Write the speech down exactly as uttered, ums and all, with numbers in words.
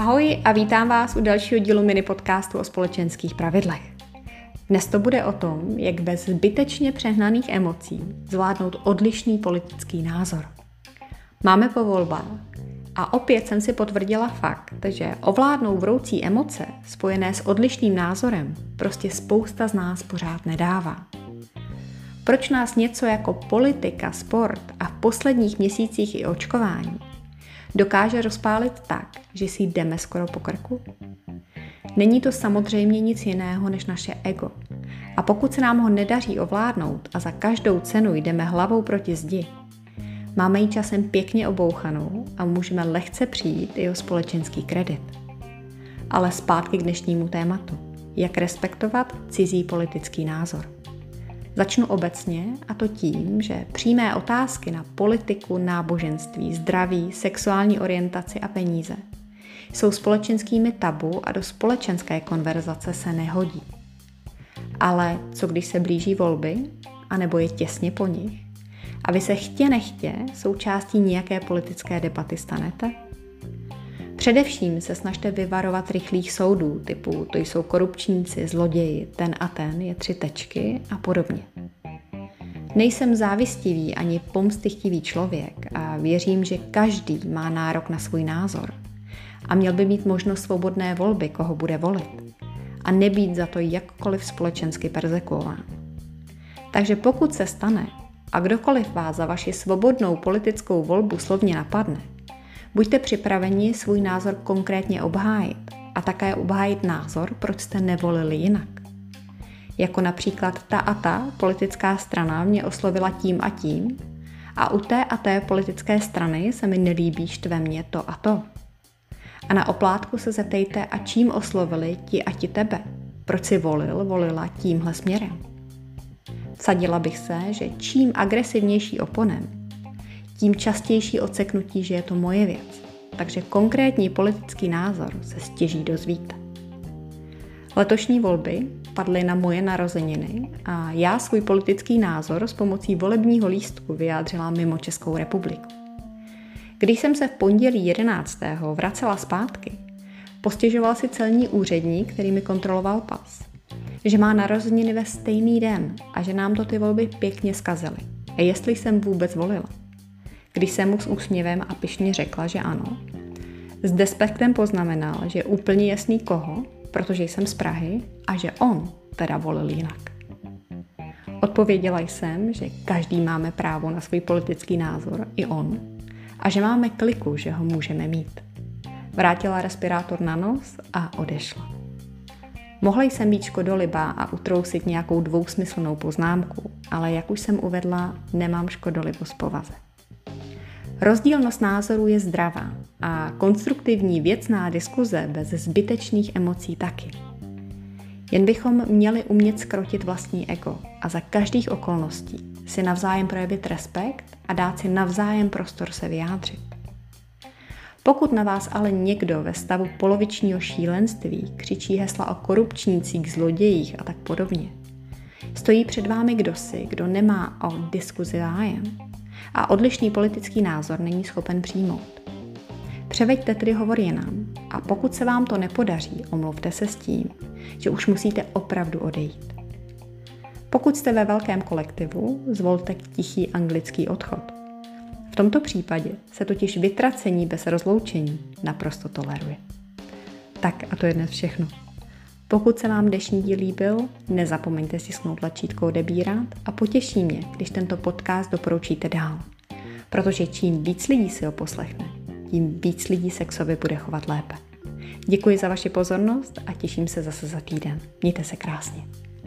Ahoj a vítám vás u dalšího dílu mini podcastu o společenských pravidlech. Dnes to bude o tom, jak bez zbytečně přehnaných emocí zvládnout odlišný politický názor. Máme po volbách a opět jsem si potvrdila fakt, že ovládnou vroucí emoce spojené s odlišným názorem prostě spousta z nás pořád nedává. Proč nás něco jako politika, sport a v posledních měsících i očkování dokáže rozpálit tak, že si jdeme skoro po krku? Není to samozřejmě nic jiného než naše ego. A pokud se nám ho nedaří ovládnout a za každou cenu jdeme hlavou proti zdi, máme ji časem pěkně obouchanou a můžeme lehce přijít i o společenský kredit. Ale zpátky k dnešnímu tématu. Jak respektovat cizí politický názor? Začnu obecně, a to tím, že přímé otázky na politiku, náboženství, zdraví, sexuální orientaci a peníze jsou společenskými tabu a do společenské konverzace se nehodí. Ale co když se blíží volby, anebo je těsně po nich, a vy se chtě nechtě součástí nějaké politické debaty stanete? Především se snažte vyvarovat rychlých soudů typu to jsou korupčníci, zloději, ten a ten je tři tečky a podobně. Nejsem závistivý ani pomstychtivý člověk a věřím, že každý má nárok na svůj názor a měl by mít možnost svobodné volby, koho bude volit a nebýt za to jakkoliv společensky perzekuován. Takže pokud se stane a kdokoliv vás za vaši svobodnou politickou volbu slovně napadne, buďte připraveni svůj názor konkrétně obhájit a také obhájit názor, proč jste nevolili jinak. Jako například ta a ta politická strana mě oslovila tím a tím a u té a té politické strany se mi nelíbí, štve mě to a to. A na oplátku se zeptejte, a čím oslovili ti a ti tebe, proč si volil, volila tímhle směrem. Vsadila bych se, že čím agresivnější oponent, tím častější odseknutí, že je to moje věc. Takže konkrétní politický názor se stěží dozvíte. Letošní volby padly na moje narozeniny a já svůj politický názor s pomocí volebního lístku vyjádřila mimo Českou republiku. Když jsem se v pondělí jedenáctého vracela zpátky, postěžoval si celní úředník, který mi kontroloval pas, že má narozeniny ve stejný den a že nám to ty volby pěkně zkazily. A jestli jsem vůbec volila. Když jsem mu s úsměvem a pyšně řekla, že ano, s despektem poznamenal, že je úplně jasný koho, protože jsem z Prahy a že on teda volil jinak. Odpověděla jsem, že každý máme právo na svůj politický názor, i on, a že máme kliku, že ho můžeme mít. Vrátila respirátor na nos a odešla. Mohla jsem být škodolibá a utrousit nějakou dvousmyslnou poznámku, ale jak už jsem uvedla, nemám škodolibost povaze. Rozdílnost názorů je zdravá a konstruktivní věcná diskuze bez zbytečných emocí taky. Jen bychom měli umět zkrotit vlastní ego a za každých okolností si navzájem projevit respekt a dát si navzájem prostor se vyjádřit. Pokud na vás ale někdo ve stavu polovičního šílenství křičí hesla o korupčnících, zlodějích a tak podobně, stojí před vámi kdosi, kdo nemá o diskuzi zájem a odlišný politický názor není schopen přijmout. Převeďte tedy hovor jinam a pokud se vám to nepodaří, omluvte se s tím, že už musíte opravdu odejít. Pokud jste ve velkém kolektivu, zvolte tichý anglický odchod. V tomto případě se totiž vytracení bez rozloučení naprosto toleruje. Tak a to je dnes všechno. Pokud se vám dnešní díl líbil, nezapomeňte stisknout tlačítko odebírat a potěší mě, když tento podcast doporučíte dál. Protože čím víc lidí si ho poslechne, tím víc lidí se k sobě bude chovat lépe. Děkuji za vaši pozornost a těším se zase za týden. Mějte se krásně.